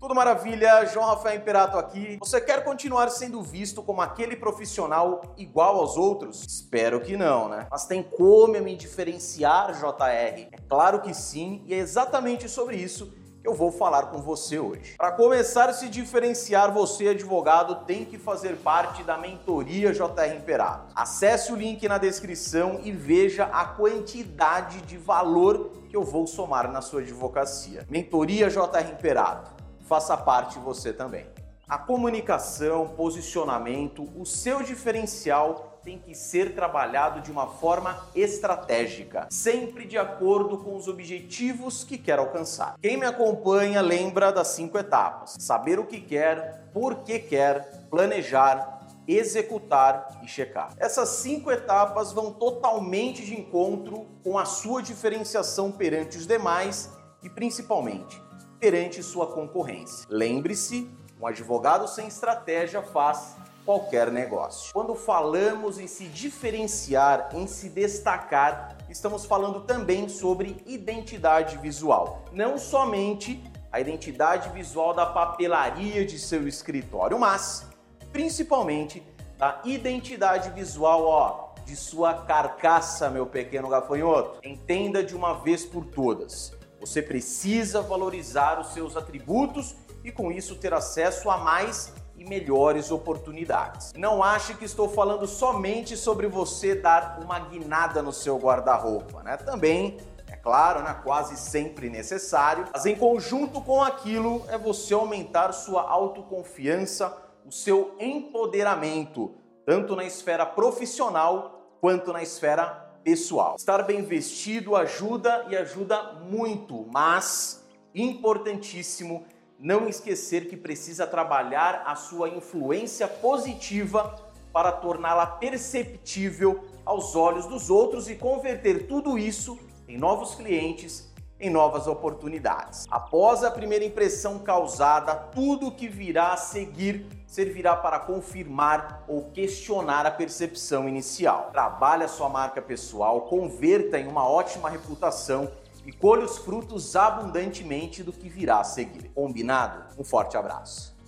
Tudo maravilha? João Rafael Imperato aqui. Você quer continuar sendo visto como aquele profissional igual aos outros? Espero que não, né? Mas tem como eu me diferenciar, JR? É claro que sim, e é exatamente sobre isso que eu vou falar com você hoje. Para começar a se diferenciar, você, advogado, tem que fazer parte da mentoria JR Imperato. Acesse o link na descrição e veja a quantidade de valor que eu vou somar na sua advocacia. Mentoria JR Imperato. Faça parte você também. A comunicação, posicionamento, o seu diferencial tem que ser trabalhado de uma forma estratégica, sempre de acordo com os objetivos que quer alcançar. Quem me acompanha lembra das 5 etapas: saber o que quer, por que quer, planejar, executar e checar. Essas 5 etapas vão totalmente de encontro com a sua diferenciação perante os demais e, principalmente, perante sua concorrência. Lembre-se, um advogado sem estratégia faz qualquer negócio. Quando falamos em se diferenciar, em se destacar, estamos falando também sobre identidade visual. Não somente a identidade visual da papelaria de seu escritório, mas principalmente da identidade visual, de sua carcaça, meu pequeno gafanhoto. Entenda de uma vez por todas. Você precisa valorizar os seus atributos e, com isso, ter acesso a mais e melhores oportunidades. Não ache que estou falando somente sobre você dar uma guinada no seu guarda-roupa, né? Também, é claro, quase sempre necessário, mas em conjunto com aquilo é você aumentar sua autoconfiança, o seu empoderamento, tanto na esfera profissional quanto na esfera pessoal. Estar bem vestido ajuda e ajuda muito, mas importantíssimo não esquecer que precisa trabalhar a sua influência positiva para torná-la perceptível aos olhos dos outros e converter tudo isso em novos clientes, em novas oportunidades. Após a primeira impressão causada, tudo o que virá a seguir servirá para confirmar ou questionar a percepção inicial. Trabalhe a sua marca pessoal, converta em uma ótima reputação e colhe os frutos abundantemente do que virá a seguir. Combinado? Um forte abraço.